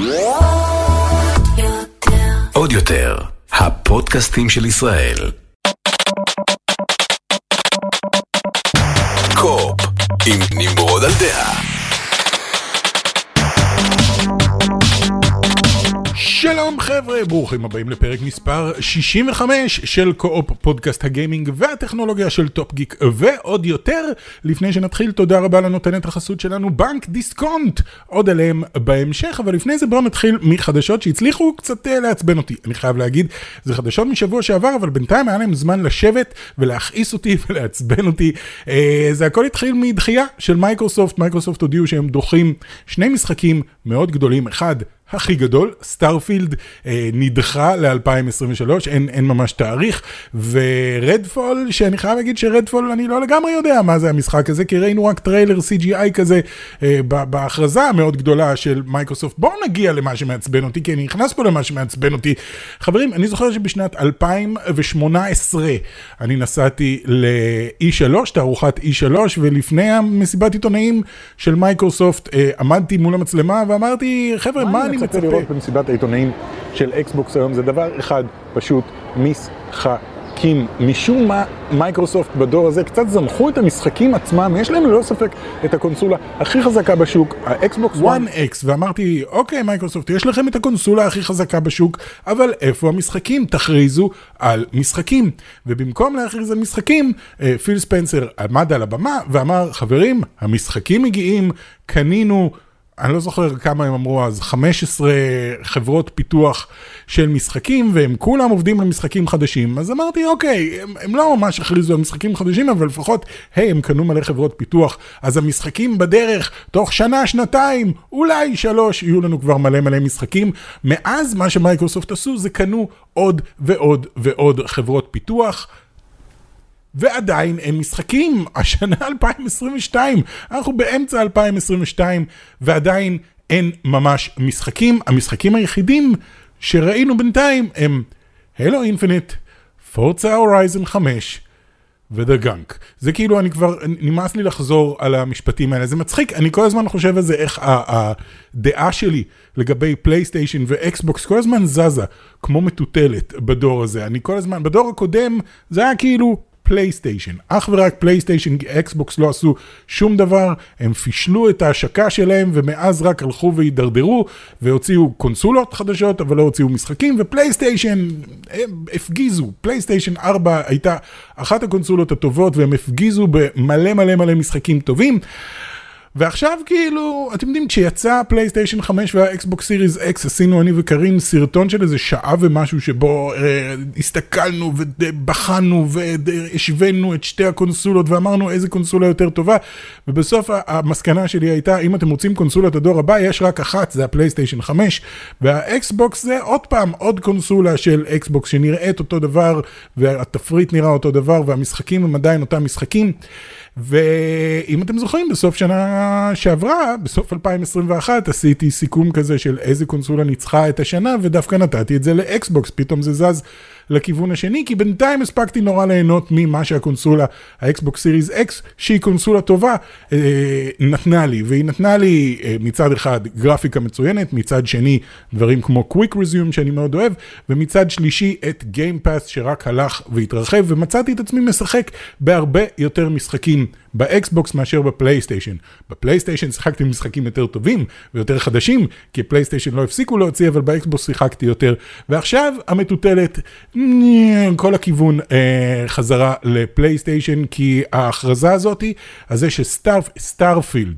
עוד יותר, הפודקאסטים של ישראל. קופ עם נמרוד על דעה. שלום חבר'ה, ברוכים הבאים לפרק מספר 65 של קופ, פודקאסט הגיימינג והטכנולוגיה של טופ גיק ועוד יותר. לפני שנתחיל, תודה רבה לנותנת החסות שלנו, בנק דיסקונט, עוד עליהם בהמשך, אבל לפני זה בואו נתחיל מחדשות שהצליחו קצת לעצבן אותי. אני חייב להגיד, זה חדשות משבוע שעבר, אבל בינתיים היה להם זמן לשבת ולהכעיס אותי ולעצבן אותי. זה הכל התחיל מדחייה של מייקרוסופט. מייקרוסופט הודיעו שהם דוחים שני משחקים מאוד גדולים. אחד, הכי גדול, סטארפילד, נדחה ל-2023, אין ממש תאריך, ורדפול, שאני חייב להגיד שרדפול, אני לא לגמרי יודע מה זה המשחק הזה, כי ראינו רק טריילר CGI כזה, בהכרזה המאוד גדולה של מייקרוסופט. בואו נגיע למה שמעצבן אותי, כי אני נכנס פה למה שמעצבן אותי. חברים, אני זוכר שבשנת 2018, אני נסעתי ל-E3, תערוכת E3, ולפני המסיבת עיתונאים של מייקרוסופט, עמדתי מול המצלמה ואמרתי, חבר'ה, מה אני מצפה לראות במסיבת העיתונאים של אקסבוקס היום? זה דבר אחד, פשוט משחקים. משום מה מייקרוסופט בדור הזה קצת זנחו את המשחקים עצמם. יש להם ללא ספק את הקונסולה הכי חזקה בשוק, האקסבוקס One X, ואמרתי, אוקיי מייקרוסופט, יש לכם את הקונסולה הכי חזקה בשוק, אבל איפה המשחקים? תכריזו על משחקים. ובמקום להכריז על משחקים, פיל ספנסר עמד על הבמה ואמר, חברים, המשחקים מגיעים, קנינו, אני לא זוכר כמה הם אמרו אז, 15 חברות פיתוח של משחקים, והם כולם עובדים על משחקים חדשים. אז אמרתי, אוקיי, הם לא ממש הכריזו על משחקים חדשים, אבל לפחות, הם קנו מלא חברות פיתוח, אז המשחקים בדרך, תוך שנה, שנתיים, אולי 3, יהיו לנו כבר מלא משחקים. מאז מה שמייקרוסופט עשו, זה קנו עוד ועוד ועוד חברות פיתוח, ועדיין אין משחקים. השנה 2022, אנחנו באמצע 2022, ועדיין אין ממש משחקים. המשחקים היחידים שראינו בינתיים הם Halo Infinite, Forza Horizon 5 ו-The Gunk. זה כאילו, אני כבר, נמאס לי לחזור על המשפטים האלה. זה מצחיק, אני כל הזמן חושב על זה, איך הדעה שלי לגבי פלייסטיישן ואקסבוקס כל הזמן זזה, כמו מטוטלת בדור הזה. אני כל הזמן, בדור הקודם, זה היה כאילו פלייסטיישן, אך ורק פלייסטיישן, אקסבוקס לא עשו שום דבר, הם פישלו את ההשקה שלהם, ומאז רק הלכו והידרדרו, והוציאו קונסולות חדשות, אבל לא הוציאו משחקים, ופלייסטיישן הפגיזו. פלייסטיישן 4 הייתה אחת הקונסולות הטובות, והם הפגיזו במלא משחקים טובים. ועכשיו כאילו, אתם יודעים, כשיצא פלייסטיישן 5 והאקסבוקס סיריז אקס, עשינו אני וקרין סרטון של איזה שעה ומשהו, שבו הסתכלנו ובחנו והשווינו את שתי הקונסולות, ואמרנו איזה קונסולה יותר טובה, ובסוף המסקנה שלי הייתה, אם אתם רוצים קונסולת הדור הבא, יש רק אחת, זה הפלייסטיישן 5, והאקסבוקס זה עוד פעם, עוד קונסולה של אקסבוקס, שנראית אותו דבר, והתפריט נראה אותו דבר, והמשחקים הם עדיין אותם משחקים. ואם אתם זוכרים, בסוף שנה שעברה, בסוף 2021, עשיתי סיכום כזה של איזה קונסולה ניצחה את השנה, ודווקא נתתי את זה לאקסבוקס, פתאום זה זז לכיוון השני, כי בינתיים הספקתי נורא ליהנות ממה שהקונסולה, האקסבוקס סיריז אקס, שהיא קונסולה טובה, נתנה לי, והיא נתנה לי מצד אחד גרפיקה מצוינת, מצד שני דברים כמו קוויק רזיום שאני מאוד אוהב, ומצד שלישי את גיים פאס שרק הלך והתרחב, ומצאתי את עצמי משחק בהרבה יותר משחקים באקסבוקס מאשר בפלייסטיישן. בפלייסטיישן שיחקתי משחקים יותר טובים ויותר חדשים, כי פלייסטיישן לא הפסיקו להוציא, אבל באקסבוקס שיחקתי יותר. ועכשיו המטוטלת, כל הכיוון חזרה לפלייסטיישן, כי ההכרזה הזאת, הזה שסטארפילד,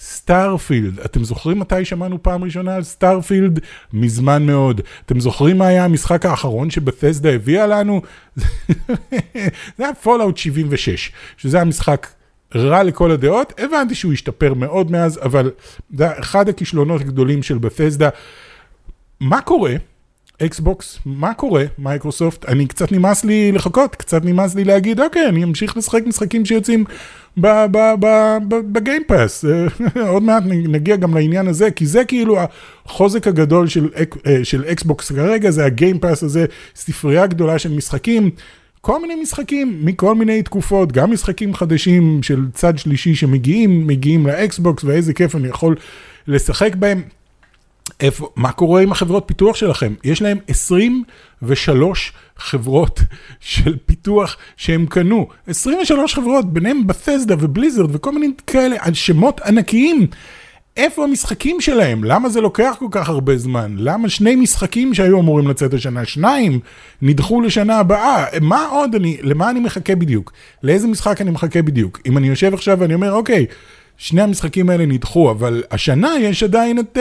אתם זוכרים מתי שמענו פעם ראשונה על סטארפילד? מזמן מאוד. אתם זוכרים מה היה המשחק האחרון שבת'סדה הביאה לנו? זה היה פולאאוט 76, שזה המשחק רע לכל הדעות. הבנתי שהוא השתפר מאוד מאז, אבל זה אחד הכישלונות הגדולים של בת'סדה. מה קורה? אקסבוקס, מה קורה? מייקרוסופט, אני קצת נמאס לי לחכות, קצת נמאס לי להגיד, אוקיי, אני אמשיך לשחק משחקים שיוצאים בגיים פאס. עוד מעט נגיע גם לעניין הזה, כי זה כאילו החוזק הגדול של אקסבוקס כרגע, זה הגיים פאס הזה, ספרייה גדולה של משחקים, כל מיני משחקים, מכל מיני תקופות, גם משחקים חדשים של צד שלישי שמגיעים לאקסבוקס, ואיזה כיף אני יכול לשחק בהם. מה קורה עם החברות פיתוח שלכם? יש להם 23 חברות של פיתוח שהם קנו. 23 חברות, ביניהם בת'סדה ובליזרד וכל מיני כאלה, על שמות ענקיים. איפה המשחקים שלהם? למה זה לוקח כל כך הרבה זמן? למה 2 משחקים שהיו אמורים לצאת השנה, 2 נדחו לשנה הבאה? מה עוד למה אני מחכה בדיוק? לאיזה משחק אני מחכה בדיוק? אם אני יושב עכשיו ואני אומר, אוקיי, 2 המשחקים האלה נדחו, אבל השנה יש עדיין את...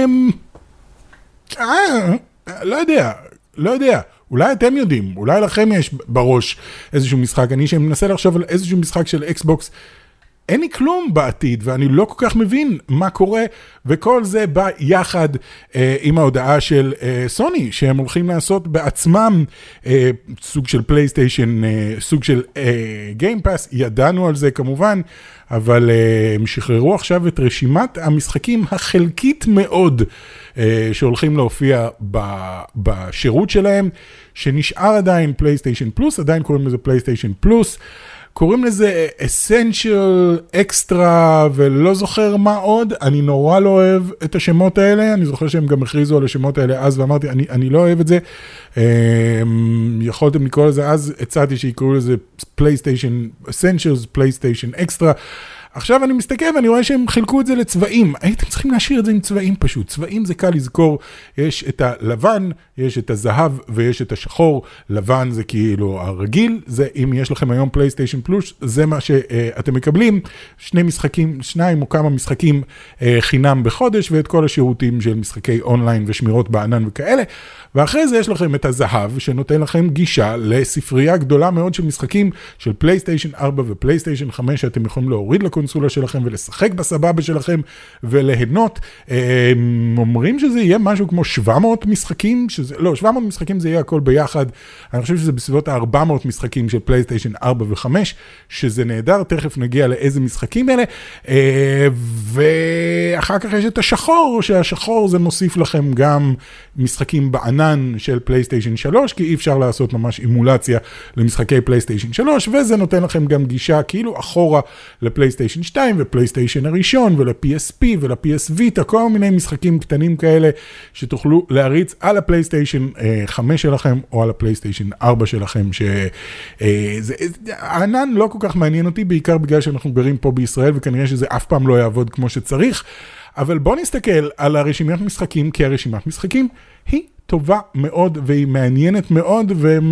לא יודע. אולי אתם יודעים, אולי לכם יש בראש איזשהו משחק. אני שמנסה לחשוב על איזשהו משחק של אקסבוקס, אין לי כלום בעתיד, ואני לא כל כך מבין מה קורה, וכל זה בא יחד עם ההודעה של סוני, שהם הולכים לעשות בעצמם סוג של פלייסטיישן, סוג של גיימפאס, ידענו על זה כמובן, אבל הם שחררו עכשיו את רשימת המשחקים החלקית מאוד, שהולכים להופיע בשירות שלהם, שנשאר עדיין פלייסטיישן פלוס, עדיין קוראים לזה פלייסטיישן פלוס, קוראים לזה Essential, Extra, ולא זוכר מה עוד. אני נורא לא אוהב את השמות האלה, אני זוכר שהם גם הכריזו על השמות האלה אז, ואמרתי, אני לא אוהב את זה. יכולתם לקרוא לזה, אז הצעתי שיקראו לזה PlayStation Essentials, PlayStation Extra. עכשיו אני מסתכל ואני רואה שהם חילקו את זה לצבעים. הייתם צריכים להשאיר את זה עם צבעים פשוט. צבעים זה קל לזכור. יש את הלבן, יש את הזהב ויש את השחור. לבן זה כאילו הרגיל. זה אם יש לכם היום פלייסטיישן פלוס, זה מה שאתם מקבלים. 2 או כמה משחקים חינם בחודש, ואת כל השירותים של משחקי אונליין ושמירות בענן וכאלה. ואחרי זה יש לכם את הזהב, שנותן לכם גישה לספרייה גדולה מאוד של משחקים של פלייסטיישן 4 ופלייסטיישן 5, שאתם יכולים להוריד לקונסולה שלכם ולשחק בסבבה שלכם וליהנות. אומרים שזה יהיה משהו כמו 700 משחקים, 700 משחקים זה יהיה הכל ביחד. אני חושב שזה בסביבות 400 משחקים של פלייסטיישן 4 ו-5, שזה נהדר, תכף נגיע לאיזה משחקים אלה. ואחר כך יש את השחור, שהשחור זה מוסיף לכם גם משחקים בענן של פלייסטיישן 3, כי אי אפשר לעשות ממש אימולציה למשחקי פלייסטיישן 3, וזה נותן לכם גם גישה כאילו אחורה לפלייסטיישן 2 ופלייסטיישן הראשון ול-PSP ול-PS Vita, כל מיני משחקים קטנים כאלה שתוכלו להריץ על הפלייסטיישן 5 שלכם או על הפלייסטיישן 4 שלכם, הענן לא כל כך מעניין אותי, בעיקר בגלל שאנחנו גרים פה בישראל וכנראה שזה אף פעם לא יעבוד כמו שצריך, אבל בוא נסתכל על הרשימת משחקים, כי הרשימת משחקים היא טובה מאוד והיא מעניינת מאוד,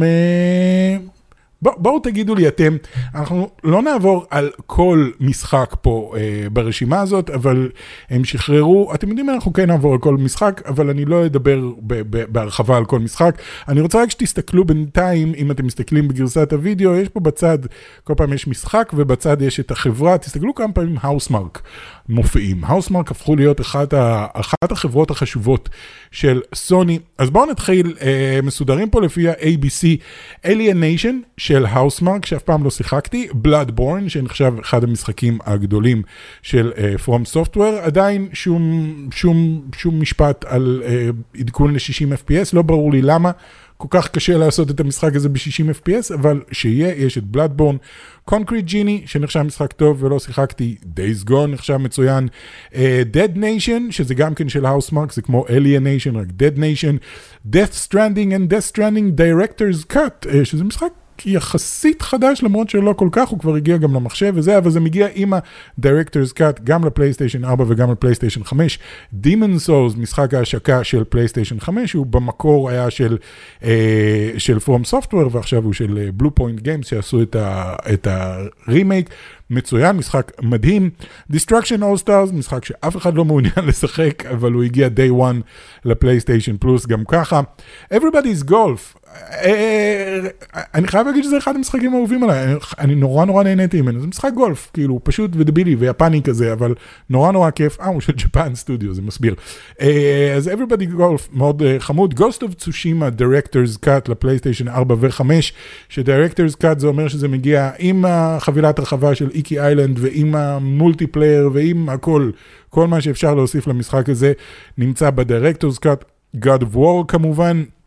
בואו תגידו לי אתם, אנחנו לא נעבור על כל משחק פה ברשימה הזאת, אבל הם שחררו, אתם יודעים אנחנו כן נעבור על כל משחק, אבל אני לא אדבר בהרחבה על כל משחק, אני רוצה רק שתסתכלו בינתיים, אם אתם מסתכלים בגרסת הוידאו, יש פה בצד, כל פעם יש משחק, ובצד יש את החברה, תסתכלו כמה פעמים האוסמרק מופיעים. האוסמרק הפכו להיות אחת החברות החשובות של סוני, אז בואו נתחיל, מסודרים פה לפי ה-ABC, Alienation של האוסמרק, שאף פעם לא שיחקתי, Bloodborne, שנחשב אחד המשחקים הגדולים של From Software, עדיין שום משפט על עדכון ל-60 FPS, לא ברור לי למה, כל כך קשה לעשות את המשחק הזה ב-60 FPS, אבל שיהיה, יש את Bloodborne, Concrete Genie, שנחשב משחק טוב ולא שיחקתי, Days Gone נחשב מצוין, Dead Nation, שזה גם כן של Housemarque, זה כמו Alienation, רק Dead Nation, Death Stranding and Death Stranding Director's Cut, שזה משחק יחסית חדש, למרות שלא כל כך, הוא כבר הגיע גם למחשב וזה, אבל זה מגיע עם ה-Director's Cut, גם לפלייסטיישן 4 וגם לפלייסטיישן 5. Demon's Souls, משחק ההשקה של פלייסטיישן 5, הוא במקור היה של From Software, ועכשיו הוא של Blue Point Games, שעשו את הרימייק, מצוין, משחק מדהים. Destruction All Stars, משחק שאף אחד לא מעוניין לשחק, אבל הוא הגיע Day 1 לפלייסטיישן פלוס גם ככה. Everybody's Golf, אני חייב להגיד שזה אחד המשחקים האהובים עליי, אני נורא נהניתי ממנו, זה משחק גולף, כאילו פשוט ודבילי ויפני כזה, אבל נורא כיף, הוא של ג'פן סטודיו, זה מסביר. אז Everybody Golf מאוד חמוד, Ghost of Tsushima Director's Cut לפלייסטיישן 4 ו-5, ש-Director's Cut זה אומר שזה מגיע עם החבילת הרחבה של איקי איילנד, ועם המולטיפלייר, ועם הכל, כל מה שאפשר להוסיף למשחק הזה, נמצא ב-Director's Cut, God of War כמובן,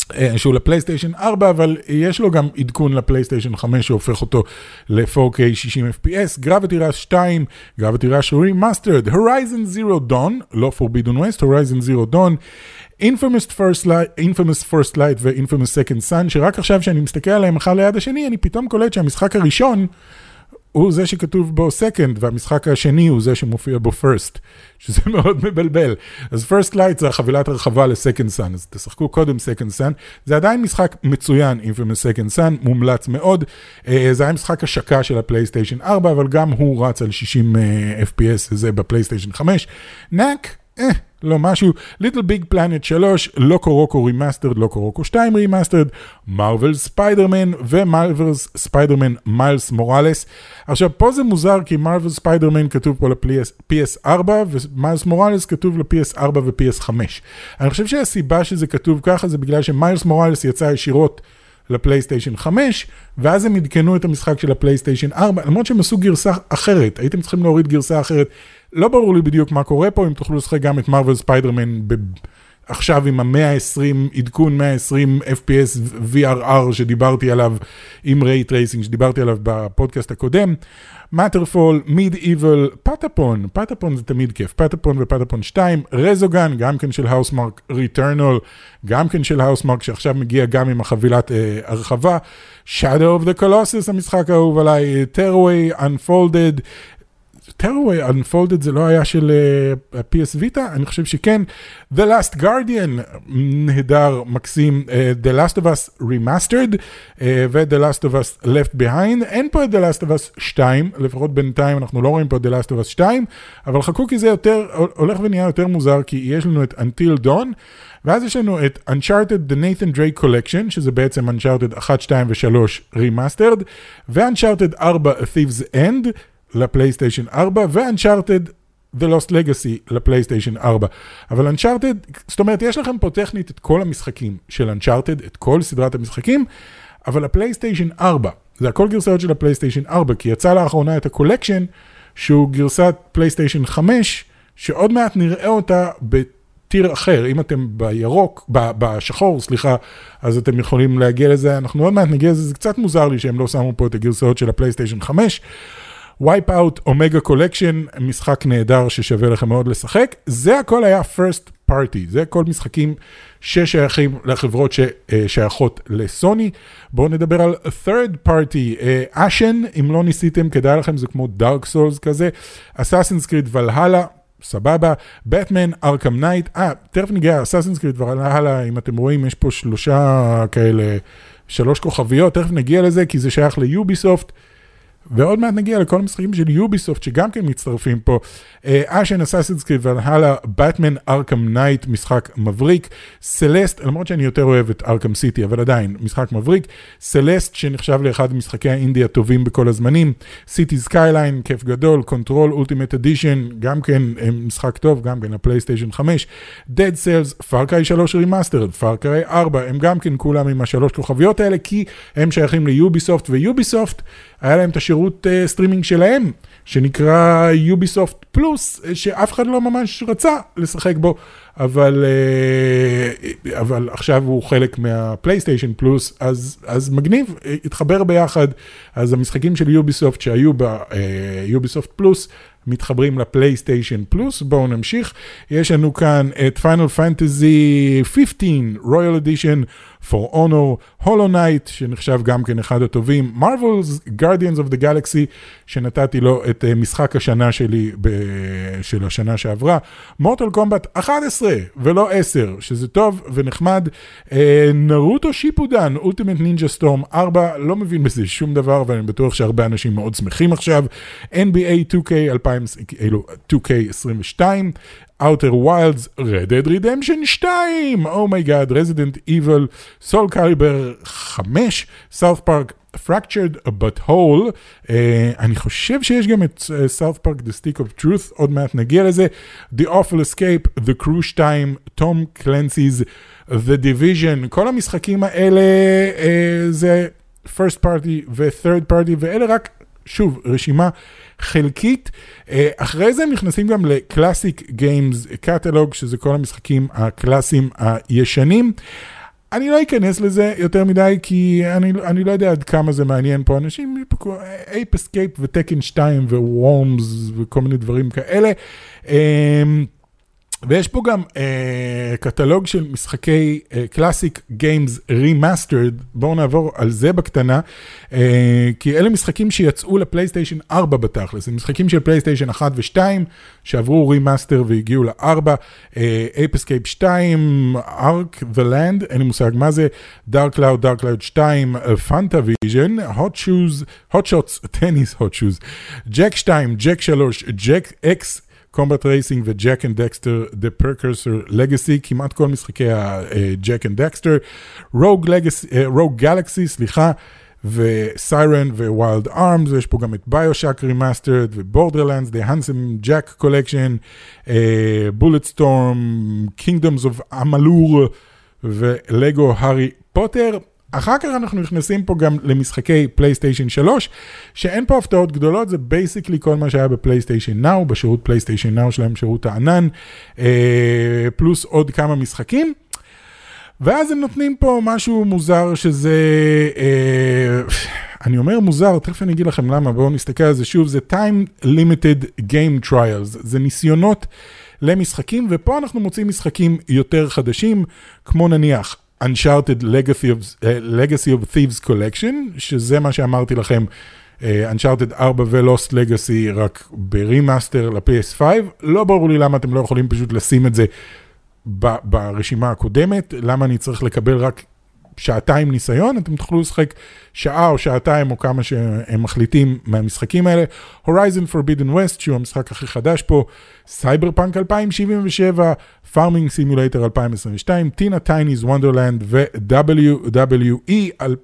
שהוא לפלייסטיישן 4, אבל יש לו גם עדכון לפלייסטיישן 5 שהופך אותו ל-4K 60 FPS, Gravity Rush 2, Gravity Rush Remastered, Horizon Zero Dawn, לא Forbidden West, Horizon Zero Dawn, Infamous First Light ו-Infamous Second Son, שרק עכשיו שאני מסתכל עליהם אחד ליד השני, אני פתאום קולט שהמשחק הראשון הוא זה שכתוב בו Second, והמשחק השני הוא זה שמופיע בו First, שזה מאוד מבלבל. אז First Light זה החבילת הרחבה ל-Second Son, אז תשחקו קודם Second Son, זה עדיין משחק מצוין, Infamous Second Son, מומלץ מאוד, זה היה משחק השקה של הפלייסטיישן 4, אבל גם הוא רץ על 60 FPS, זה בפלייסטיישן 5. נק, לא משהו, Little Big Planet 3, לוקו רוקו רימאסטרד, לוקו רוקו 2 רימאסטרד, מרוול ספיידרמן ומרוול ספיידרמן מיילס מוראלס. עכשיו פה זה מוזר כי מרוול ספיידרמן כתוב פה ל-PS4 ומיילס מוראלס כתוב ל-PS4 ו-PS5. אני חושב שהסיבה שזה כתוב ככה זה בגלל שמיילס מוראלס יצא ישירות לפלייסטיישן 5, ואז הם עדכנו את המשחק של הפלייסטיישן 4, למרות שהם עשו גרסה אחרת, הייתם צריכים להוריד גרסה אחרת, לא ברור לי בדיוק מה קורה פה, אם תוכלו לשחק גם את מרוול ספיידרמן עכשיו עם ה-120, עדכון 120 FPS VRR שדיברתי עליו, עם רייט רייסינג שדיברתי עליו בפודקאסט הקודם, מאטרפול, מיד-איבל, פטאפון זה תמיד כיף, פטאפון ופטאפון 2, רזוגן, גם כן של האוסמרק, ריטרנל, גם כן של האוסמרק, שעכשיו מגיע גם עם החבילת הרחבה, Shadow of the Colossus, המשחק האהוב עליי, Tearaway, Unfolded, Tearaway Unfolded זה לא היה של PS Vita, אני חושב שכן. The Last Guardian, נהדר, מקסים, The Last of Us Remastered, ו-The Last of Us Left Behind. אין פה את The Last of Us 2, לפחות בינתיים אנחנו לא רואים פה את The Last of Us 2, אבל חכו כי זה יותר, הולך ונהיה יותר מוזר, כי יש לנו את Until Dawn, ואז יש לנו את Uncharted The Nathan Drake Collection, שזה בעצם Uncharted 1, 2 ו-3 Remastered, ו-Uncharted 4 A Thief's End, לפלייסטיישן 4, ו-Uncharted The Lost Legacy לפלייסטיישן 4. אבל Uncharted, זאת אומרת, יש לכם פה טכנית את כל המשחקים של Uncharted, את כל סדרת המשחקים, אבל הפלייסטיישן 4, זה הכל גרסאות של הפלייסטיישן 4, כי יצא לאחרונה את הקולקשן, שהוא גרסת פלייסטיישן 5, שעוד מעט נראה אותה בטיר אחר. אם אתם בירוק, בשחור, סליחה, אז אתם יכולים להגיע לזה. אנחנו עוד מעט נגיע לזה, זה קצת מוזר לי שהם לא שמו פה את הגרסאות של הפלייסטיישן 5, Wipeout, Omega Collection, משחק נהדר ששווה לכם מאוד לשחק. זה הכל היה first party, זה הכל משחקים ששייכים לחברות ששייכות לסוני. בואו נדבר על third party, Ashen, אם לא ניסיתם, כדאי לכם, זה כמו Dark Souls כזה, Assassin's Creed Valhalla, סבבה, Batman, Arkham Knight, תכף נגיע, Assassin's Creed Valhalla, אם אתם רואים, יש פה 3 כוכביות, תכף נגיע לזה, כי זה שייך ליוביסופט, ועוד מעט נגיע לכל המשחקים של יוביסופט שגם כן מצטרפים פה. Ashen, Assassin's Creed Valhalla, Batman, Arkham Knight, משחק מבריק. Celeste, למרות שאני יותר אוהב את Arkham City, אבל עדיין, משחק מבריק. Celeste, שנחשב לאחד משחקי האינדי הטובים בכל הזמנים. City Skyline, כיף גדול. Control, Ultimate Edition, גם כן משחק טוב, גם כן הפלייסטיישן 5. Dead Cells, Far Cry 3 Remastered, Far Cry 4, הם גם כן כולם עם 3 כוכביות האלה, כי הם שייכים ליוביסופט, ויוביסופט היה להם את השירות סטרימינג שלהם, שנקרא יוביסופט פלוס, שאף אחד לא ממש רצה לשחק בו, אבל עכשיו הוא חלק מהפלייסטיישן פלוס, אז מגניב, התחבר ביחד, אז המשחקים של יוביסופט שהיו ביוביסופט פלוס, מתחברים לפלייסטיישן פלוס. בואו נמשיך, יש לנו כאן את Final Fantasy 15 Royal Edition, For Honor, Hollow Knight, שנחשב גם כן אחד הטובים, Marvel's Guardians of the Galaxy, שנתתי לו את משחק השנה שלי, של השנה שעברה, Mortal Kombat 11 ולא 10, שזה טוב ונחמד, נרוטו שיפודן, Ultimate Ninja Storm 4, לא מבין בזה שום דבר, אבל אני בטוח שהרבה אנשים מאוד שמחים עכשיו, NBA 2K22, Outer Wilds, Red Dead Redemption 2, Oh my God, Resident Evil, Soul Calibur 5, South Park, Fractured but Whole, אני חושב שיש גם את South Park, The Stick of Truth, עוד מעט נגיע לזה, The Awful Escape, The Cruise Time, Tom Clancy's, The Division, כל המשחקים האלה זה First Party ו-Third Party, ואלה רק, שוב, רשימה חלקית. אחרי זה הם נכנסים גם ל-Classic Games Catalog, שזה כל המשחקים הקלאסיים הישנים. אני לא אכנס לזה יותר מדי, כי אני לא יודע עד כמה זה מעניין פה אנשים, Ape Escape וטקן 2 ווורמס וכל מיני דברים כאלה, ויש פה גם קטלוג של משחקי קלאסיק גיימס רימאסטרד, בואו נעבור על זה בקטנה, כי אלה משחקים שיצאו לפלייסטיישן 4 בתכלס, זה משחקים של פלייסטיישן 1 ו-2, שעברו רימאסטר והגיעו ל-4, Ape Escape 2, Ark the Land, אין לי מושג מה זה, Dark Cloud 2, Fantavision, Hot Shots, Tennis Hot Shoes, Jack 2, Jack 3, Jack X, Combat Racing ו-Jack and Dexter, The Precursor Legacy, כמעט כל משחקי ה-Jack and Dexter, Rogue Galaxy, ו-Siren ו-Wild Arms, יש פה גם את Bioshock Remastered ו-Borderlands, The Handsome Jack Collection, Bulletstorm, Kingdoms of Amalur ו-Lego Harry Potter. אחר כך אנחנו נכנסים פה גם למשחקי פלייסטיישן 3, שאין פה הפתעות גדולות, זה בייסיקלי כל מה שהיה בפלייסטיישן נאו, בשירות פלייסטיישן נאו שלהם, שירות הענן, פלוס עוד כמה משחקים, ואז הם נותנים פה משהו מוזר שזה, אני אומר מוזר, תכף אני אגיד לכם למה, בואו נסתכל על זה שוב, זה Time Limited Game Trials, זה ניסיונות למשחקים, ופה אנחנו מוצאים משחקים יותר חדשים, כמו נניח, Uncharted Legacy of Thieves Collection, שזה מה שאמרתי לכם, Uncharted 4 ו-Lost Legacy רק ברימאסטר ל-PS5, לא ברור לי למה אתם לא יכולים פשוט לשים את זה ברשימה הקודמת, למה אני צריך לקבל רק שעתיים ניסיון, אתם תוכלו לשחק שעה או שעתיים או כמה שהם מחליטים מהמשחקים האלה, Horizon Forbidden West, שהוא המשחק הכי חדש פה, Cyberpunk 2077, Farming Simulator 2022, Tina Tiny's Wonderland ו-WWE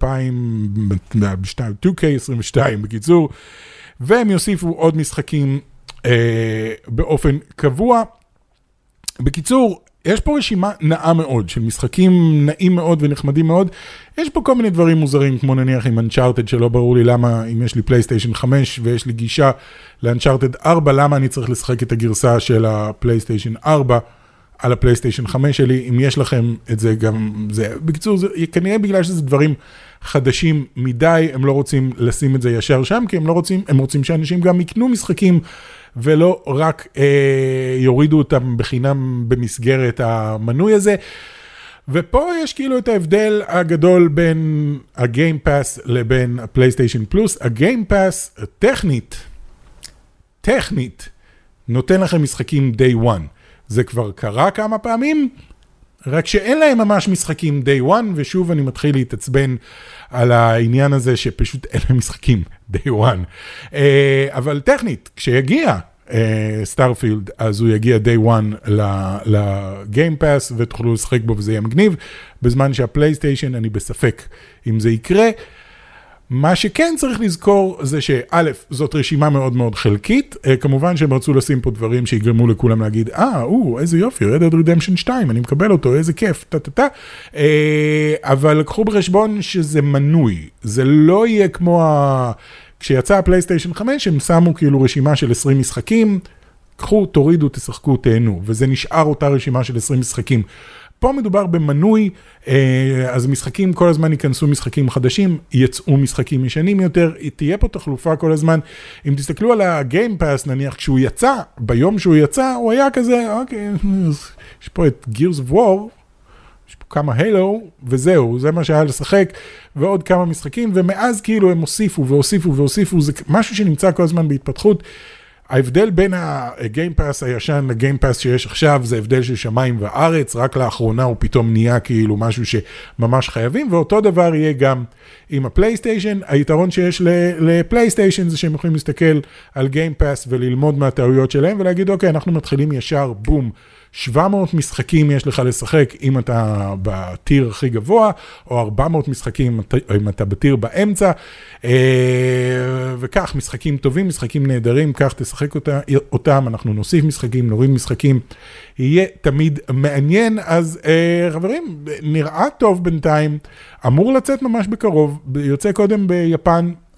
2K22 בקיצור, והם יוסיפו עוד משחקים באופן קבוע. בקיצור, יש פה רשימה נאה מאוד, של משחקים נאים מאוד ונחמדים מאוד. יש פה כל מיני דברים מוזרים, כמו נניח עם Uncharted, שלא ברור לי למה, אם יש לי פלייסטיישן 5 ויש לי גישה ל-Uncharted 4, למה אני צריך לשחק את הגרסה של הפלייסטיישן 4 על הפלייסטיישן 5 שלי, אם יש לכם את זה גם, זה, בקיצור, זה, כנראה בגלל שזה דברים חדשים מדי, הם לא רוצים לשים את זה ישר שם, כי הם רוצים שאנשים גם יקנו משחקים, ולא רק יורידו אותם בחינם במסגרת המנוי הזה. ופה יש כאילו את ההבדל הגדול בין הגיים פאס לבין הפלייסטיישן פלוס. הגיים פאס טכנית, נותן לכם משחקים day one. זה כבר קרה כמה פעמים, רק שאין להם ממש משחקים day one, ושוב אני מתחיל להתעצבן על העניין הזה שפשוט אין להם משחקים day one. אבל טכנית, כשיגיע סטארפילד, אז הוא יגיע day one לגיים פאס, ותוכלו לשחק בו וזה יהיה מגניב, בזמן שהפלייסטיישן אני בספק אם זה יקרה. מה שכן צריך לזכור זה שא', זאת רשימה מאוד מאוד חלקית, כמובן שהם רצו לשים פה דברים שיגרמו לכולם להגיד, איזה יופי, Red Dead Redemption 2, אני מקבל אותו, איזה כיף, אבל לקחו בחשבון שזה מנוי, זה לא יהיה כמו כשיצא הפלייסטיישן 5, הם שמו כאילו רשימה של 20 משחקים, קחו, תורידו, תשחקו, תהנו, וזה נשאר אותה רשימה של 20 משחקים. פה מדובר במנוי, אז משחקים כל הזמן ייכנסו משחקים חדשים, יצאו משחקים ישנים יותר, תהיה פה תחלופה כל הזמן. אם תסתכלו על הגיים פאס, נניח כשהוא יצא, ביום שהוא יצא, הוא היה כזה, אוקיי, יש פה את Gears of War, יש פה כמה הילו, וזהו, זה מה שהיה לשחק, ועוד כמה משחקים, ומאז כאילו הם הוסיפו והוסיפו והוסיפו, זה משהו שנמצא כל הזמן בהתפתחות. ההבדל בין הגיים פאס הישן לגיים פאס שיש עכשיו, זה הבדל של שמיים וארץ, רק לאחרונה הוא פתאום נהיה כאילו משהו שממש חייבים, ואותו דבר יהיה גם עם הפלייסטיישן. היתרון שיש לפלייסטיישן זה שהם יכולים להסתכל על גיים פאס וללמוד מהטעויות שלהם, ולהגיד אוקיי, אנחנו מתחילים ישר, בום, 700 משחקים יש לך לשחק אם אתה בטיר הכי גבוה, או 400 משחקים אם אתה בטיר באמצע, וכך משחקים טובים, משחקים נהדרים, כך תשחק אותם, אנחנו נוסיף משחקים, נוריד משחקים, יהיה תמיד מעניין. אז חברים, נראה טוב בינתיים, אמור לצאת ממש בקרוב, יוצא קודם ביפן,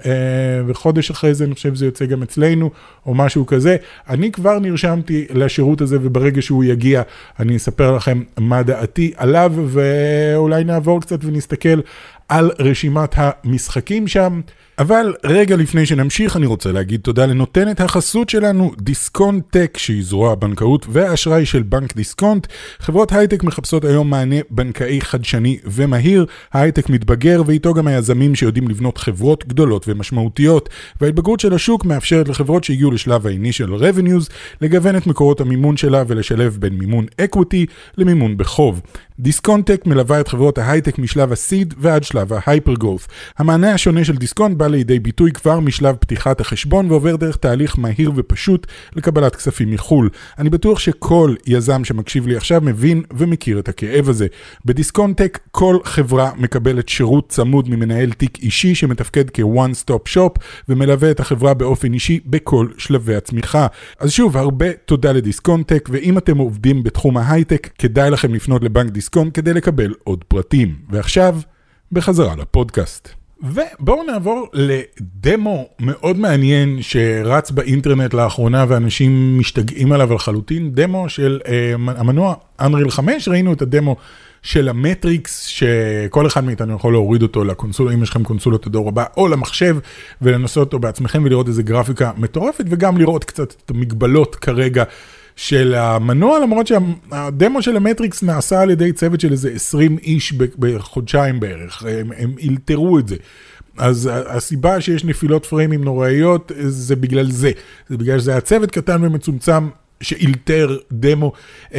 וחודש אחרי זה אני חושב זה יוצא גם אצלנו, או משהו כזה. אני כבר נרשמתי לשירות הזה, וברגע שהוא יגיע, אני אספר לכם מה דעתי עליו, ואולי נעבור קצת ונסתכל על רשימת המשחקים שם. אבל רגע לפני שנמשיך, אני רוצה להגיד תודה לנותנת החסות שלנו, דיסקונט טק, שהיא זרוע הבנקאות והאשראי של בנק דיסקונט. חברות הייטק מחפשות היום מענה בנקאי חדשני ומהיר. ההייטק מתבגר, ואיתו גם היזמים שיודעים לבנות חברות גדולות ומשמעותיות. וההתבגרות של השוק מאפשרת לחברות שהגיעו לשלב ה-Initial Revenues, לגוון את מקורות המימון שלה ולשלב בין מימון אקוויטי למימון בחוב. דיסקונט טק מלווה את חברות ההייטק משלב הסיד ועד שלב ההייפרגרוס. המענה השונה של דיסקונט בא לידי ביטוי כבר משלב פתיחת החשבון, ועובר דרך תהליך מהיר ופשוט לקבלת כספים מחול. אני בטוח שכל יזם שמקשיב לי עכשיו מבין ומכיר את הכאב הזה. בדיסקונט טק כל חברה מקבלת שירות צמוד ממנהל תיק אישי שמתפקד כ-one stop shop, ומלווה את החברה באופן אישי בכל שלבי הצמיחה. אז שוב, הרבה תודה לדיסקונט טק, ואם אתם עובדים בתחום ההייטק, כדאי לכם לפנות לבנק דיסקונט כדי לקבל עוד פרטים. ועכשיו, בחזרה לפודקאסט. ובואו נעבור לדמו מאוד מעניין שרץ באינטרנט לאחרונה ואנשים משתגעים עליו לחלוטין, דמו של המנוע Unreal 5, ראינו את הדמו של המטריקס, שכל אחד מאיתנו יכול להוריד אותו לקונסולה, אם יש לכם קונסולות הדור הבא, או למחשב, ולנסות אותו בעצמכם ולראות איזה גרפיקה מטורפת, וגם לראות קצת את המגבלות כרגע של המנוע, למרות שהדמו של המטריקס נעשה על ידי צוות של איזה 20 איש בחודשיים בערך, הם אלתרו את זה. אז הסיבה שיש נפילות פריימים נוראיות, זה בגלל זה. זה בגלל שזה הצוות קטן ומצומצם שאילתר דמו.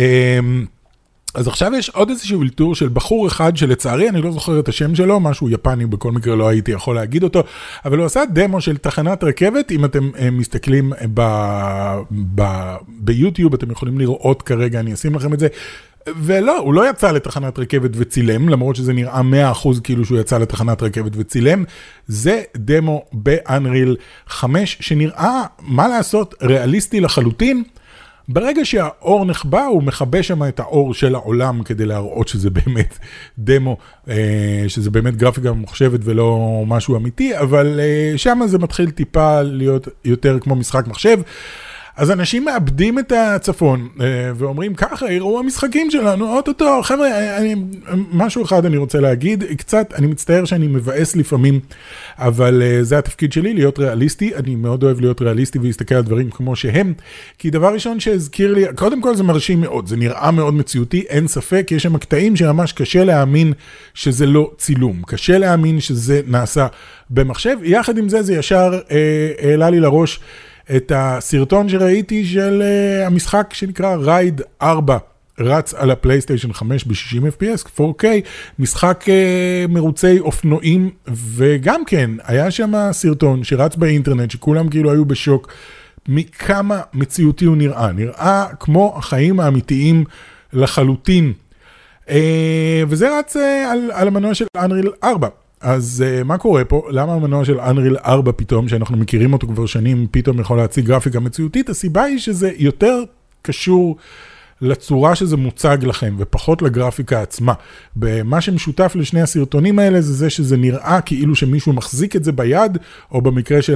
אז עכשיו יש עוד איזשהו אלתור של בחור אחד שלצערי אני לא זוכר את השם שלו, משהו יפני, בכל מקרה לא הייתי יכול להגיד אותו, אבל הוא עשה דמו של תחנת רכבת. אם אתם מסתכלים ביוטיוב, אתם יכולים לראות כרגע, אני אשים לכם את זה, ולא, הוא לא יצא לתחנת רכבת וצילם, למרות שזה נראה 100% כאילו שהוא יצא לתחנת רכבת וצילם. זה דמו באנריל 5 שנראה, מה לעשות, ריאליסטי לחלוטין. ברגע שהאור נחבא, הוא מחבא שם את האור של העולם כדי להראות שזה באמת דמו, שזה באמת גרפיקה מוחשבת ולא משהו אמיתי, אבל שם זה מתחיל טיפה להיות יותר כמו משחק מחשב. אז אנשים מאבדים את הצפון ואומרים ככה, יראו המשחקים שלנו, אוטוטו, חבר'ה, משהו אחד אני רוצה להגיד, קצת, אני מצטער שאני מבאס לפעמים, אבל זה התפקיד שלי, להיות ריאליסטי. אני מאוד אוהב להיות ריאליסטי ולהסתכל על דברים כמו שהם, כי דבר ראשון שהזכיר לי, קודם כל זה מרשים מאוד, זה נראה מאוד מציאותי, אין ספק, יש שם קטעים שממש קשה להאמין שזה לא צילום, קשה להאמין שזה נעשה במחשב. יחד עם זה, זה ישר העלה לי לראש את הסרטון שראיתי של המשחק שנקרא רייד 4, רץ על הפלייסטיישן 5 ב-60 FPS, 4K, משחק מרוצי אופנועים, וגם כן, היה שם סרטון שרץ באינטרנט, שכולם כאילו היו בשוק, מכמה מציאותי הוא נראה כמו החיים האמיתיים לחלוטין. וזה רץ על המנוע של Unreal 4. אז מה קורה פה? למה המנוע של Unreal 4 פתאום, שאנחנו מכירים אותו כבר שנים, פתאום יכול להציג גרפיקה מציאותית? הסיבה היא שזה יותר קשור לצורה שזה מוצג לכם, ופחות לגרפיקה עצמה. במה שמשותף לשני הסרטונים האלה, זה שזה נראה כאילו שמישהו מחזיק את זה ביד, או במקרה של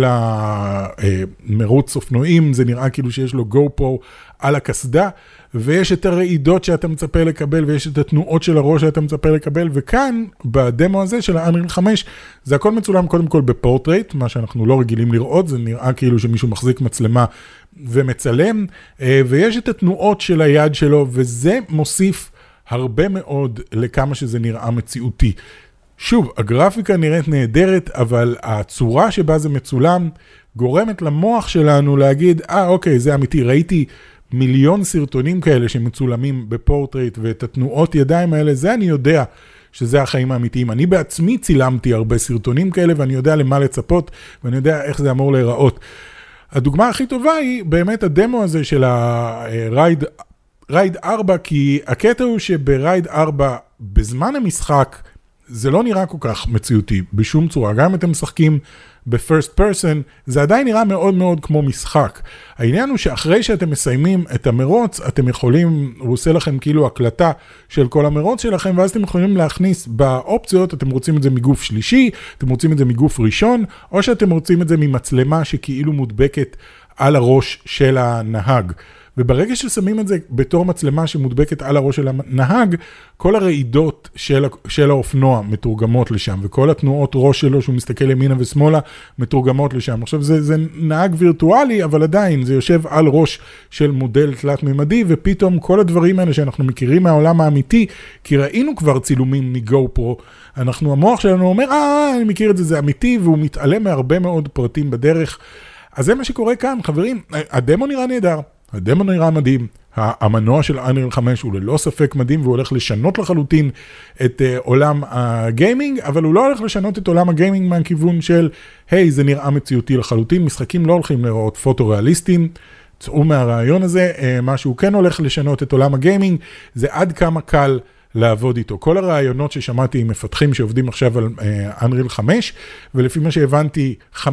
המרוץ אופנועים, זה נראה כאילו שיש לו GoPro על הקסדה, ויש את הרעידות שאתה מצפה לקבל, ויש את התנועות של הראש שאתה מצפה לקבל, וכאן, בדמו הזה של ה-Unreal 5, זה הכל מצולם קודם כל בפורטרייט, מה שאנחנו לא רגילים לראות, זה נראה כאילו שמישהו מחזיק מצלמה ומצלם, ויש את התנועות של היד שלו, וזה מוסיף הרבה מאוד לכמה שזה נראה מציאותי. שוב, הגרפיקה נראית נהדרת, אבל הצורה שבה זה מצולם, גורמת למוח שלנו להגיד, אוקיי, זה אמיתי, ראיתי מיליון סרטונים כאלה שמצולמים בפורטרייט, ואת התנועות ידיים האלה, זה אני יודע שזה החיים האמיתיים. אני בעצמי צילמתי הרבה סרטונים כאלה, ואני יודע למה לצפות, ואני יודע איך זה אמור להיראות. הדוגמה הכי טובה היא באמת הדמו הזה של הרייד 4, כי הקטע הוא שברייד 4, בזמן המשחק, זה לא נראה כל כך מציאותי בשום צורה. גם אם אתם משחקים ב-first person, זה עדיין נראה מאוד מאוד כמו משחק. העניין הוא שאחרי שאתם מסיימים את המרוץ, אתם יכולים, הוא עושה לכם כאילו הקלטה של כל המרוץ שלכם, ואז אתם יכולים להכניס באופציות, אתם רוצים את זה מגוף שלישי, אתם רוצים את זה מגוף ראשון, או שאתם רוצים את זה ממצלמה שכאילו מודבקת על הראש של הנהג. וברגע ששמים את זה בתור מצלמה שמודבקת על הראש של הנהג, כל הרעידות של האופנוע מתורגמות לשם, וכל התנועות ראש שלו שהוא מסתכל ימינה ושמאלה מתורגמות לשם. עכשיו זה נהג וירטואלי, אבל עדיין זה יושב על ראש של מודל תלת-ממדי, ופתאום כל הדברים האלה שאנחנו מכירים מהעולם האמיתי, כי ראינו כבר צילומים מגו-פרו, המוח שלנו אומר, אני מכיר את זה, זה אמיתי, והוא מתעלם מהרבה מאוד פרטים בדרך. אז זה מה שקורה כאן, חברים. הדמו נראה נהדר. הדמו נראה מדהים, המנוע של Unreal 5 הוא ללא ספק מדהים, והוא הולך לשנות לחלוטין את עולם הגיימינג, אבל הוא לא הולך לשנות את עולם הגיימינג מהכיוון של, היי, זה נראה מציאותי לחלוטין, משחקים לא הולכים לראות פוטו-ריאליסטיים, צאו מהרעיון הזה, מה שהוא כן הולך לשנות את עולם הגיימינג, זה עד כמה קל לעבוד איתו. כל הרעיונות ששמעתי עם מפתחים שעובדים עכשיו על Unreal 5, ולפי מה שהבנתי, 50%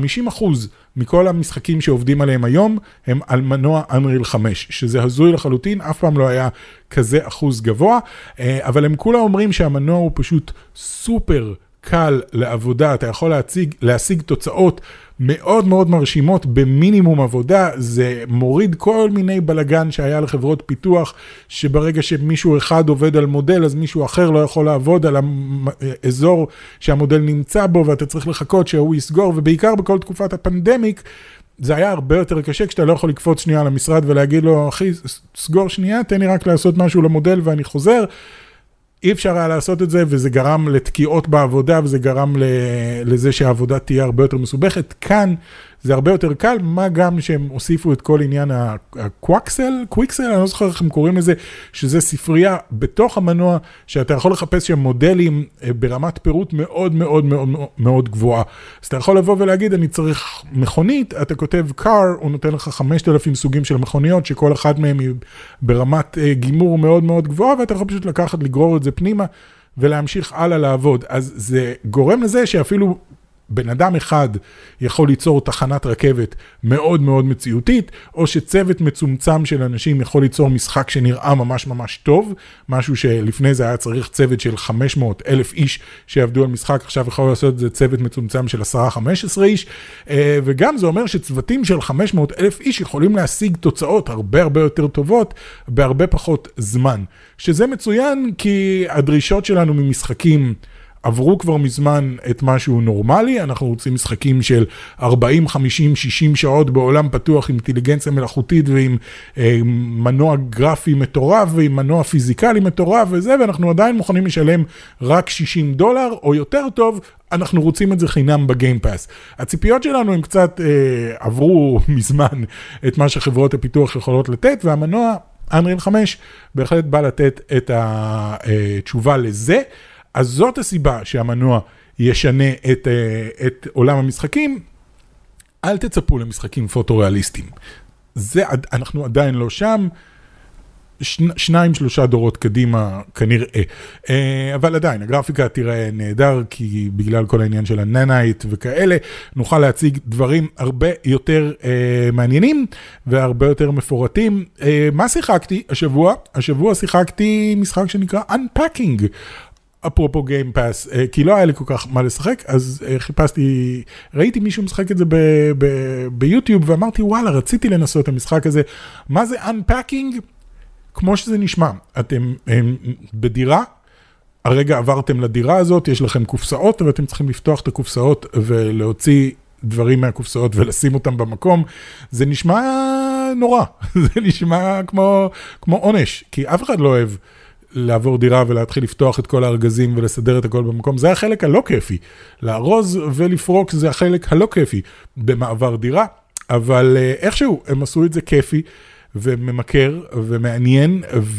מכל המשחקים שעובדים עליהם היום, הם על מנוע Unreal 5, שזה הזוי לחלוטין, אף פעם לא היה כזה אחוז גבוה, אבל הם כולה אומרים שהמנוע הוא פשוט סופר קל לעבודה, אתה יכול להשיג תוצאות מאוד מאוד מרשימות במינימום עבודה, זה מוריד כל מיני בלגן שהיה לחברות פיתוח, שברגע שמישהו אחד עובד על מודל, אז מישהו אחר לא יכול לעבוד על האזור שהמודל נמצא בו, ואתה צריך לחכות שהוא יסגור, ובעיקר בכל תקופת הפנדמיק, זה היה הרבה יותר קשה, כשאתה לא יכול לקפוץ שנייה למשרד ולהגיד לו, אחי, סגור שנייה, תן לי רק לעשות משהו למודל ואני חוזר, אי אפשר היה לעשות את זה, וזה גרם לתקיעות בעבודה, וזה גרם לזה שהעבודה תהיה הרבה יותר מסובכת. כאן זה הרבה יותר קל, מה גם שהם הוסיפו את כל עניין הקוואקסל, אני לא זוכר איך הם קוראים לזה, שזה ספרייה בתוך המנוע, שאתה יכול לחפש שם מודלים ברמת פירוט מאוד מאוד מאוד מאוד גבוהה. אז אתה יכול לבוא ולהגיד, אני צריך מכונית, אתה כותב car, הוא נותן לך 5,000 סוגים של מכוניות, שכל אחד מהם היא ברמת גימור מאוד מאוד גבוהה, ואתה יכול פשוט לקחת, לגרור את זה פנימה, ולהמשיך הלאה לעבוד. אז זה גורם לזה שאפילו בן אדם אחד יכול ליצור תחנת רכבת מאוד מאוד מציאותית, או שצוות מצומצם של אנשים יכול ליצור משחק שנראה ממש ממש טוב, משהו שלפני זה היה צריך צוות של 500,000 איש שיעבדו על משחק, עכשיו יכול לעשות את זה צוות מצומצם של 10-15 איש, וגם זה אומר שצוותים של 500,000 איש יכולים להשיג תוצאות הרבה הרבה יותר טובות, בהרבה פחות זמן. שזה מצוין כי הדרישות שלנו ממשחקים עברו כבר מזמן את משהו נורמלי, אנחנו רוצים משחקים של 40, 50, 60 שעות בעולם פתוח עם אינטליגנציה מלאכותית ועם מנוע גרפי מטורף ועם מנוע פיזיקלי מטורף וזה, ואנחנו עדיין מוכנים לשלם רק $60 או יותר טוב, אנחנו רוצים את זה חינם בגיימפאס. הציפיות שלנו הם קצת עברו מזמן את מה שחברות הפיתוח יכולות לתת, והמנוע Unreal 5 בהחלט בא לתת את התשובה לזה, אז זאת הסיבה שהמנוע ישנה את עולם המשחקים. אל תצפו למשחקים פוטו-ריאליסטיים. אנחנו עדיין לא שם. 2-3 דורות קדימה כנראה. אבל עדיין, הגרפיקה תראה נהדר, כי בגלל כל העניין של הנאנייט וכאלה, נוכל להציג דברים הרבה יותר מעניינים, והרבה יותר מפורטים. מה שיחקתי השבוע? השבוע שיחקתי משחק שנקרא Unpacking. אפרופו גיימפאס, כי לא היה לי כל כך מה לשחק, אז חיפשתי, ראיתי מישהו משחק את זה ביוטיוב, ואמרתי, וואלה, רציתי לנסות את המשחק הזה. מה זה Unpacking? כמו שזה נשמע, אתם בדירה, הרגע עברתם לדירה הזאת, יש לכם קופסאות, ואתם צריכים לפתוח את הקופסאות, ולהוציא דברים מהקופסאות, ולשים אותם במקום. זה נשמע נורא, זה נשמע כמו עונש, כי אף אחד לא אוהב לעבור דירה ולהתחיל לפתוח את כל הארגזים ולסדר את הכל במקום. זה החלק הלא כיפי. לארוז ולפרוק זה החלק הלא כיפי במעבר דירה, אבל איכשהו הם עשו את זה כיפי וממכר ומעניין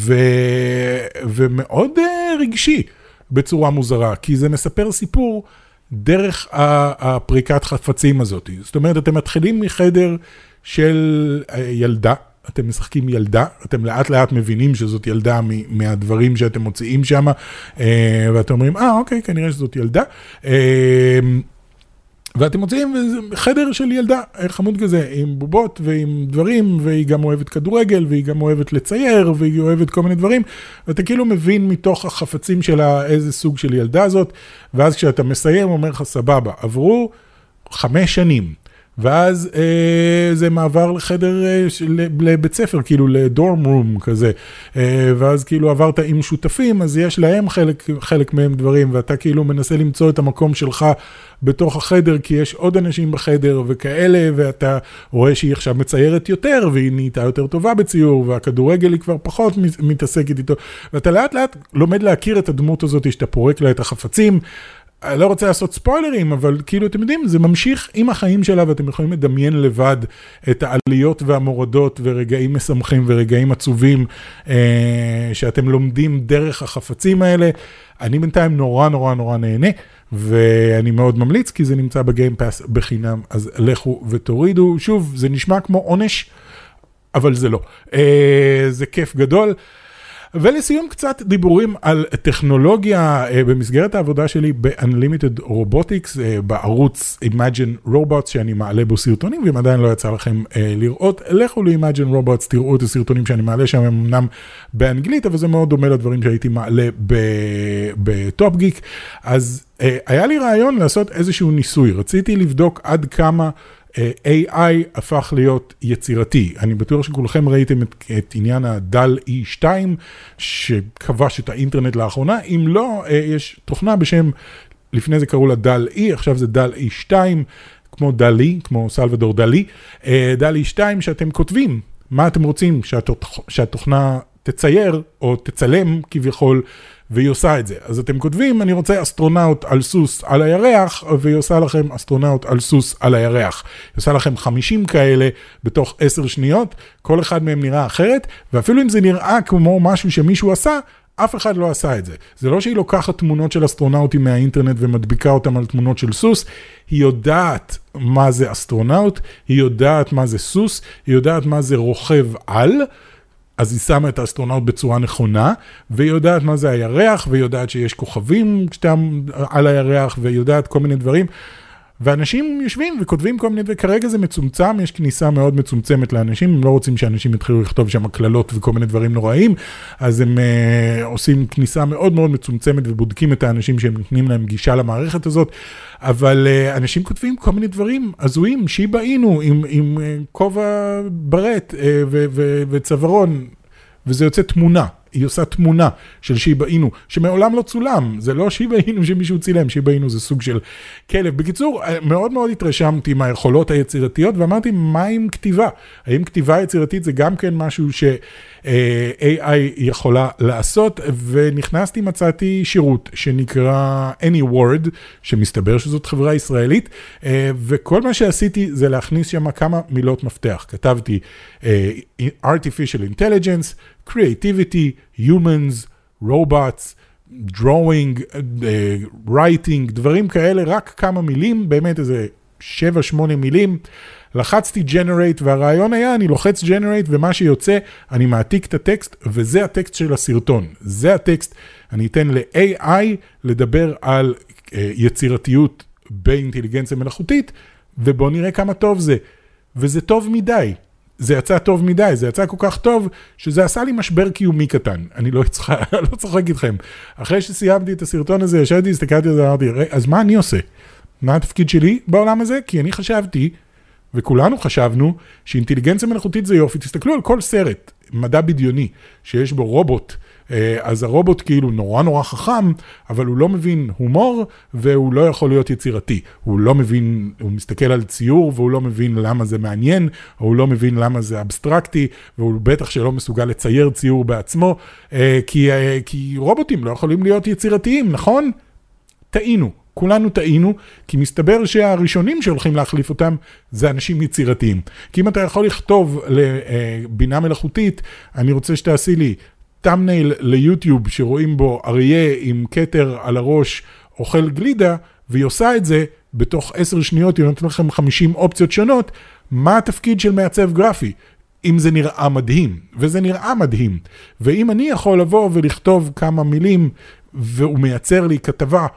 ומאוד רגשי בצורה מוזרה, כי זה מספר סיפור דרך הפריקת חפצים הזאת. זאת אומרת, אתם מתחילים מחדר של ילדה, אתם משחקים ילדה, אתם לאט לאט מבינים שזאת ילדה מהדברים שאתם מוציאים שם, ואתם אומרים, אוקיי, כנראה שזאת ילדה. ואתם מוצאים חדר של ילדה, חמוד כזה, עם בובות ועם דברים, והיא גם אוהבת כדורגל, והיא גם אוהבת לצייר, והיא אוהבת כל מיני דברים, ואתה כאילו מבין מתוך החפצים שלה איזה סוג של ילדה זאת, ואז כשאתה מסיים, אומר לך, סבבה, עברו 5 שנים, ואז זה מעבר לחדר לבית ספר, כאילו לדורם רום כזה, ואז כאילו עברת עם שותפים, אז יש להם חלק מהם דברים, ואתה כאילו מנסה למצוא את המקום שלך בתוך החדר, כי יש עוד אנשים בחדר וכאלה, ואתה רואה שהיא עכשיו מציירת יותר, והיא נהייתה יותר טובה בציור, והכדורגל היא כבר פחות מתעסקת איתו, ואתה לאט לאט לומד להכיר את הדמות הזאת, שאתה פורק לה את החפצים, אני לא רוצה לעשות ספוילרים, אבל כאילו אתם יודעים, זה ממשיך עם החיים שלה, ואתם יכולים לדמיין לבד את העליות והמורדות, ורגעים משמחים ורגעים עצובים, שאתם לומדים דרך החפצים האלה. אני בינתיים נורא נורא נורא נהנה, ואני מאוד ממליץ, כי זה נמצא בגיימפאס בחינם, אז לכו ותורידו. שוב, זה נשמע כמו עונש, אבל זה לא. זה כיף גדול. ולסיום קצת דיבורים על טכנולוגיה במסגרת העבודה שלי ב-Unlimited Robotics, בערוץ Imagine Robots שאני מעלה בו סרטונים, ואם עדיין לא יצא לכם לראות, לכו ל-Imagine Robots, תראו את הסרטונים שאני מעלה שם, הם אמנם באנגלית, אבל זה מאוד דומה לדברים שהייתי מעלה בטופ גיק. אז היה לי רעיון לעשות איזשהו ניסוי, רציתי לבדוק עד כמה AI הפך להיות יצירתי. אני בטוח שכולכם ראיתם את עניין הדל E2, שכבש את האינטרנט לאחרונה. אם לא, יש תוכנה בשם, לפני זה קראו לה דל E, עכשיו זה דל E2, כמו דלי, כמו סלבדור דלי. דל E2 שאתם כותבים, מה אתם רוצים שהתוכנה תצייר או תצלם כביכול, והיא עושה את זה. אז אתם כותבים, אני רוצה אסטרונאוט על סוס על הירח, והיא עושה לכם אסטרונאוט על סוס על הירח. היא עושה לכם 50 כאלה בתוך 10 שניות, כל אחד מהם נראה אחרת, ואפילו אם זה נראה כמו משהו שמישהו עשה, אף אחד לא עשה את זה. זה לא שהיא לוקחת תמונות של אסטרונאוטים מהאינטרנט ומדביקה אותם על תמונות של סוס, היא יודעת מה זה אסטרונאוט, היא יודעת מה זה סוס, היא יודעת מה זה רוכב על, אז היא שמה את האסטרונאוט בצורה נכונה, והיא יודעת מה זה הירח, והיא יודעת שיש כוכבים כשאתם על הירח, והיא יודעת כל מיני דברים, ואנשים יושבים וכותבים כל מיני, וכרגע זה מצומצם, יש כניסה מאוד מצומצמת לאנשים, הם לא רוצים שאנשים יתחילו לכתוב שם הקללות וכל מיני דברים נוראים, אז הם עושים כניסה מאוד מאוד מצומצמת, ובודקים את האנשים שהם נותנים להם גישה למערכת הזאת, אבל אנשים כותבים כל מיני דברים הזויים, שיבה אינו עם כובע ברט וצווארון, וזה יוצא תמונה. היא עושה תמונה של שיבה אינו, שמעולם לא צולם, זה לא שיבה אינו שמישהו צילם, שיבה אינו זה סוג של כלב. בקיצור, מאוד מאוד התרשמתי מהיכולות היצירתיות, ואמרתי, מה עם כתיבה? האם כתיבה יצירתית זה גם כן משהו ש-AI יכולה לעשות? ונכנסתי, מצאתי שירות שנקרא AnyWord, שמסתבר שזאת חברה ישראלית, וכל מה שעשיתי זה להכניס שם כמה מילות מפתח. כתבתי Artificial Intelligence, Creativity, Humans, Robots, Drawing, Writing, דברים כאלה, רק כמה מילים, באמת איזה 7-8 מילים, לחצתי Generate, והרעיון היה, אני לוחץ Generate, ומה שיוצא, אני מעתיק את הטקסט, וזה הטקסט של הסרטון. זה הטקסט, אני אתן ל-AI לדבר על יצירתיות באינטליגנציה מלאכותית, ובואו נראה כמה טוב זה. וזה טוב מדי. זה יצא טוב מדי, זה יצא כל כך טוב, שזה עשה לי משבר קיומי קטן. אני לא צוחק איתכם. אחרי שסיימתי את הסרטון הזה, ישבתי, הסתכלתי על זה, אמרתי, אז מה אני עושה? מה התפקיד שלי בעולם הזה? כי אני חשבתי, וכולנו חשבנו, שאינטליגנציה מלאכותית זה יופי. תסתכלו על כל סרט, מדע בדיוני, שיש בו רובוט, אז הרובוט כאילו נורא נורא חכם, אבל הוא לא מבין הומור, והוא לא יכול להיות יצירתי. הוא לא מבין, הוא מסתכל על ציור, והוא לא מבין למה זה מעניין, או הוא לא מבין למה זה אבסטרקטי, והוא בטח שלא מסוגל לצייר ציור בעצמו, כי רובוטים לא יכולים להיות יצירתיים, נכון? טעינו. כולנו טעינו, כי מסתבר שהראשונים שהולכים להחליף אותם, זה אנשים יצירתיים. כי אם אתה יכול לכתוב לבינה מלאכותית, אני רוצה שתעשי לי תמנייל ליוטיוב שרואים בו אריה עם כתר על הראש אוכל גלידה, והיא עושה את זה בתוך 10 שניות, היא נותנת לכם 50 אופציות שונות, מה התפקיד של מעצב גרפי? אם זה נראה מדהים, וזה נראה מדהים, ואם אני יכול לבוא ולכתוב כמה מילים, והוא מייצר לי כתבה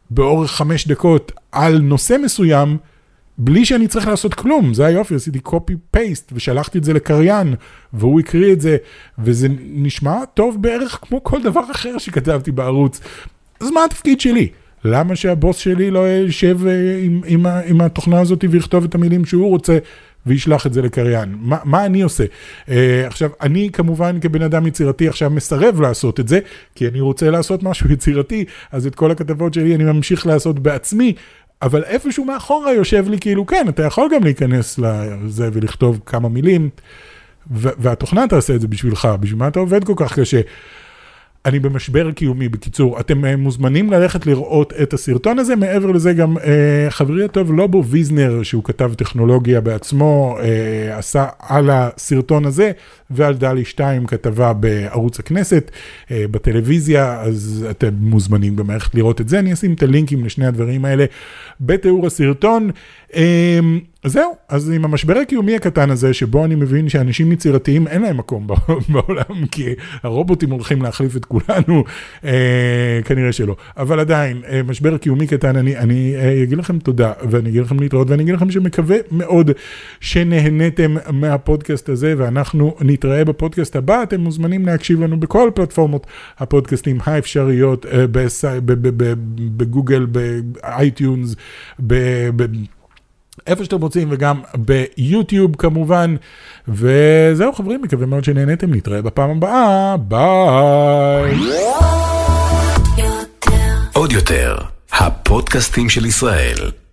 באורך 5 דקות על נושא מסוים, בלי שאני צריך לעשות כלום. זה היופי, עשיתי copy-paste ושלחתי את זה לקריין, והוא הקריא את זה, וזה נשמע טוב בערך כמו כל דבר אחר שכתבתי בערוץ. אז מה התפקיד שלי? למה שהבוס שלי לא ישב עם התוכנה הזאת ויכתוב את המילים שהוא רוצה, וישלח את זה לקריין? מה אני עושה? עכשיו, אני כמובן כבן אדם יצירתי עכשיו מסרב לעשות את זה, כי אני רוצה לעשות משהו יצירתי, אז את כל הכתבות שלי אני ממשיך לעשות בעצמי, אבל איפשהו מאחורה יושב לי כאילו, כן, אתה יכול גם להיכנס לזה ולכתוב כמה מילים, והתוכנה תעשה את זה בשבילך, בשביל מה אתה עובד כל כך קשה? אני במשבר קיומי, בקיצור. אתם מוזמנים ללכת לראות את הסרטון הזה. מעבר לזה גם חברי הטוב לובו ויזנר, שהוא כתב טכנולוגיה בעצמו, עשה על הסרטון הזה, ועל דלי 2 כתבה בערוץ הכנסת, בטלוויזיה, אז אתם מוזמנים גם ללכת לראות את זה. אני אשים את הלינקים לשני הדברים האלה בתיאור הסרטון. זהו, אז עם המשבר הקיומי הקטן הזה, שבו אני מבין שאנשים יצירתיים אין להם מקום בעולם, כי הרובוטים הולכים להחליף את כולנו, כנראה שלא. אבל עדיין, משבר קיומי קטן, אני אגיד לכם תודה, ואני אגיד לכם להתראות, ואני אגיד לכם שמקווה מאוד שנהנתם מהפודקאסט הזה, ואנחנו נתראה בפודקאסט הבא. אתם מוזמנים להקשיב לנו בכל פלטפורמות הפודקאסטים האפשריות, בגוגל, באייטיונס, איפה שאתם רוצים, וגם ביוטיוב כמובן. וזהו חברים, מקווה מאוד שנהנתם. נתראה בפעם הבאה. ביי. עוד יותר, הפודקאסטים של ישראל.